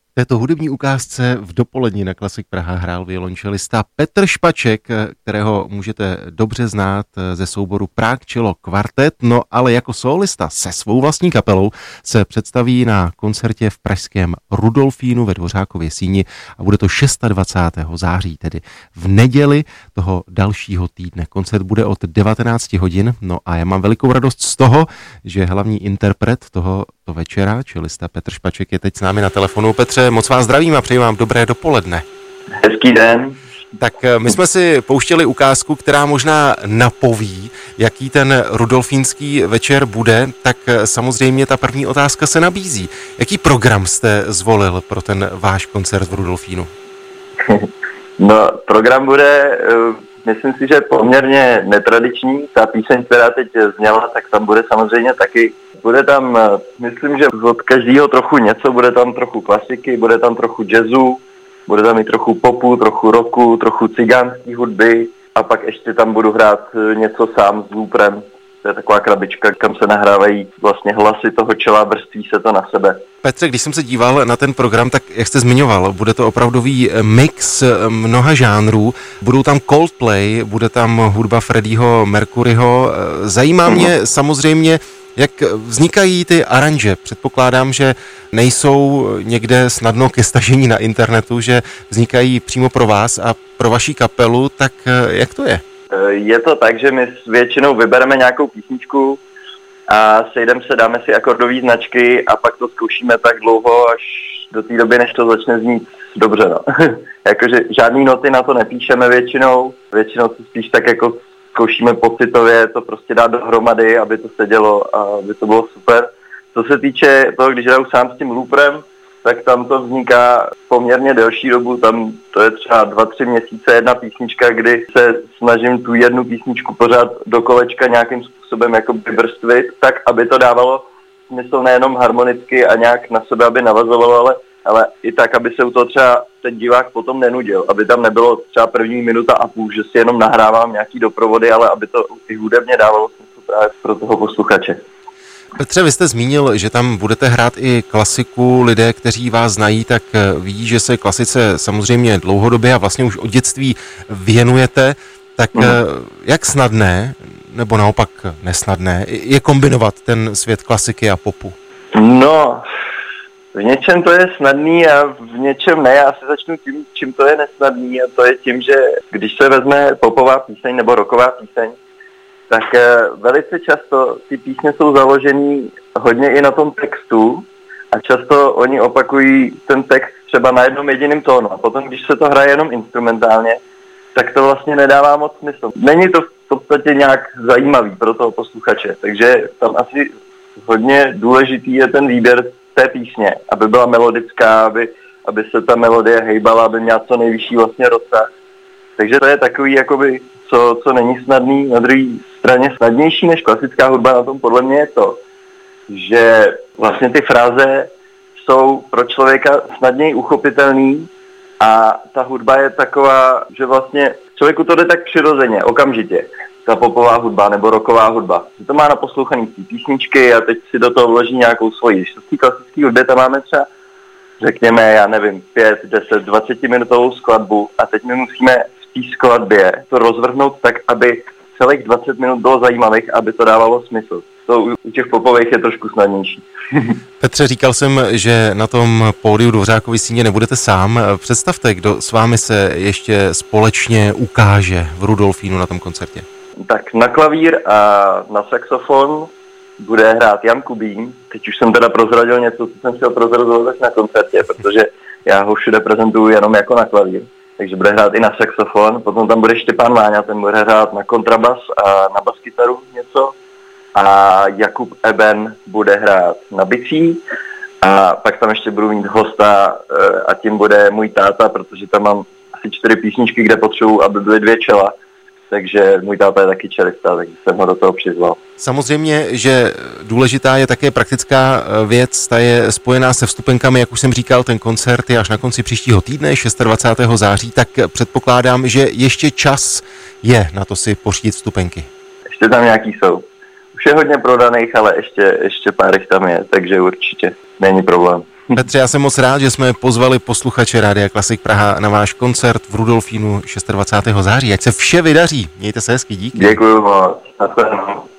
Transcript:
V této hudební ukázce v dopoledni na Klasik Praha hrál violončelista Petr Špaček, kterého můžete dobře znát ze souboru Prague Cello Quartet, no ale jako solista se svou vlastní kapelou se představí na koncertě v pražském Rudolfínu ve Dvořákově síni a bude to 26. září, tedy v neděli toho dalšího týdne. Koncert bude od 19 hodin, no a já mám velikou radost z toho, že hlavní interpret tohoto večera, čelista Petr Špaček, je teď s námi na telefonu. Petře, moc vás zdravím a přeji vám dobré dopoledne. Hezký den. Tak my jsme si pouštěli ukázku, která možná napoví, jaký ten rudolfínský večer bude, tak samozřejmě ta první otázka se nabízí. Jaký program jste zvolil pro ten váš koncert v Rudolfínu? No, program bude, myslím si, že poměrně netradiční. Ta píseň, která teď zněla, tak tam bude samozřejmě taky. Bude tam, myslím, že od každého trochu něco, bude tam trochu klasiky, bude tam trochu jazzu, bude tam i trochu popu, trochu rocku, trochu cigánské hudby a pak ještě tam budu hrát něco sám s looprem. To je taková krabička, kam se nahrávají vlastně hlasy toho čela, vrství se to na sebe. Petře, když jsem se díval na ten program, tak jak jste zmiňoval, bude to opravdový mix mnoha žánrů. Budou tam Coldplay, bude tam hudba Freddieho Mercuryho. Zajímá mě samozřejmě, jak vznikají ty aranže. Předpokládám, že nejsou někde snadno ke stažení na internetu, že vznikají přímo pro vás a pro vaši kapelu, tak jak to je? Je to tak, že my většinou vybereme nějakou písničku a sejdeme se, dáme si akordové značky a pak to zkoušíme tak dlouho, až do té doby, než to začne znít dobře. No. Jakože žádný noty na to nepíšeme většinou se spíš tak jako zkoušíme pocitově to prostě dát dohromady, aby to sedělo a aby to bylo super. Co se týče toho, když hraju sám s tím looprem, tak tam to vzniká poměrně delší dobu, tam to je třeba 2-3 měsíce jedna písnička, kdy se snažím tu jednu písničku pořád do kolečka nějakým způsobem jako vybrstvit, tak aby to dávalo smysl nejenom harmonicky a nějak na sebe, aby navazovalo, ale i tak, aby se u toho třeba ten divák potom nenudil, aby tam nebylo třeba první minuta a půl, že si jenom nahrávám nějaký doprovody, ale aby to i hudebně dávalo smysl právě pro toho posluchače. Petře, vy jste zmínil, že tam budete hrát i klasiku. Lidé, kteří vás znají, tak ví, že se klasice samozřejmě dlouhodobě a vlastně už od dětství věnujete. Tak jak snadné, nebo naopak nesnadné, je kombinovat ten svět klasiky a popu? No, v něčem to je snadný a v něčem ne. Já si začnu tím, čím to je nesnadný, a to je tím, že když se vezme popová píseň nebo rocková píseň, tak velice často ty písně jsou založený hodně i na tom textu a často oni opakují ten text třeba na jednom jediném tónu a potom, když se to hraje jenom instrumentálně, tak to vlastně nedává moc smysl. Není to v podstatě nějak zajímavý pro toho posluchače, takže tam asi hodně důležitý je ten výběr té písně, aby byla melodická, aby se ta melodie hejbala, aby měla co nejvyšší vlastně rozsah. Takže to je takový, jakoby, co není snadný. Na druhé straně snadnější než klasická hudba na tom podle mě je to, že vlastně ty fráze jsou pro člověka snadněji uchopitelný a ta hudba je taková, že vlastně člověku to jde tak přirozeně, okamžitě. Ta popová hudba nebo rocková hudba. To má naposlouchaný písničky a teď si do toho vloží nějakou svoji. Když v té klasické hudbě tam máme třeba, řekněme, já nevím, 5, 10, 20 minutovou skladbu a teď my musíme v té skladbě to rozvrhnout tak, aby celých 20 minut bylo zajímavých, aby to dávalo smysl. To u těch popových je trošku snadnější. Petře, říkal jsem, že na tom pódiu Dvořákovy síně nebudete sám. Představte, kdo s vámi se ještě společně ukáže v Rudolfínu na tom koncertě. Tak na klavír a na saxofon bude hrát Jan Kubín. Teď už jsem teda prozradil něco, co jsem chtěl prozrazovat na koncertě, protože já ho všude prezentuju jenom jako na klavír. Takže bude hrát i na saxofon, potom tam bude Štěpán Váňa, ten bude hrát na kontrabas a na baskytaru něco. A Jakub Eben bude hrát na bicí a pak tam ještě budu mít hosta a tím bude můj táta, protože tam mám asi 4 písničky, kde potřebuji, aby byly 2 čela. Takže můj táta je taky čelista, takže jsem ho do toho přizval. Samozřejmě, že důležitá je také praktická věc, ta je spojená se vstupenkami, jak už jsem říkal, ten koncert je až na konci příštího týdne, 26. září, tak předpokládám, že ještě čas je na to si pořídit vstupenky. Ještě tam nějaký jsou. Už je hodně prodaných, ale ještě pár jich tam je, takže určitě není problém. Petře, já jsem moc rád, že jsme pozvali posluchače Rádia Klasik Praha na váš koncert v Rudolfínu 26. září. Ať se vše vydaří. Mějte se hezky, díky. Děkuju moc.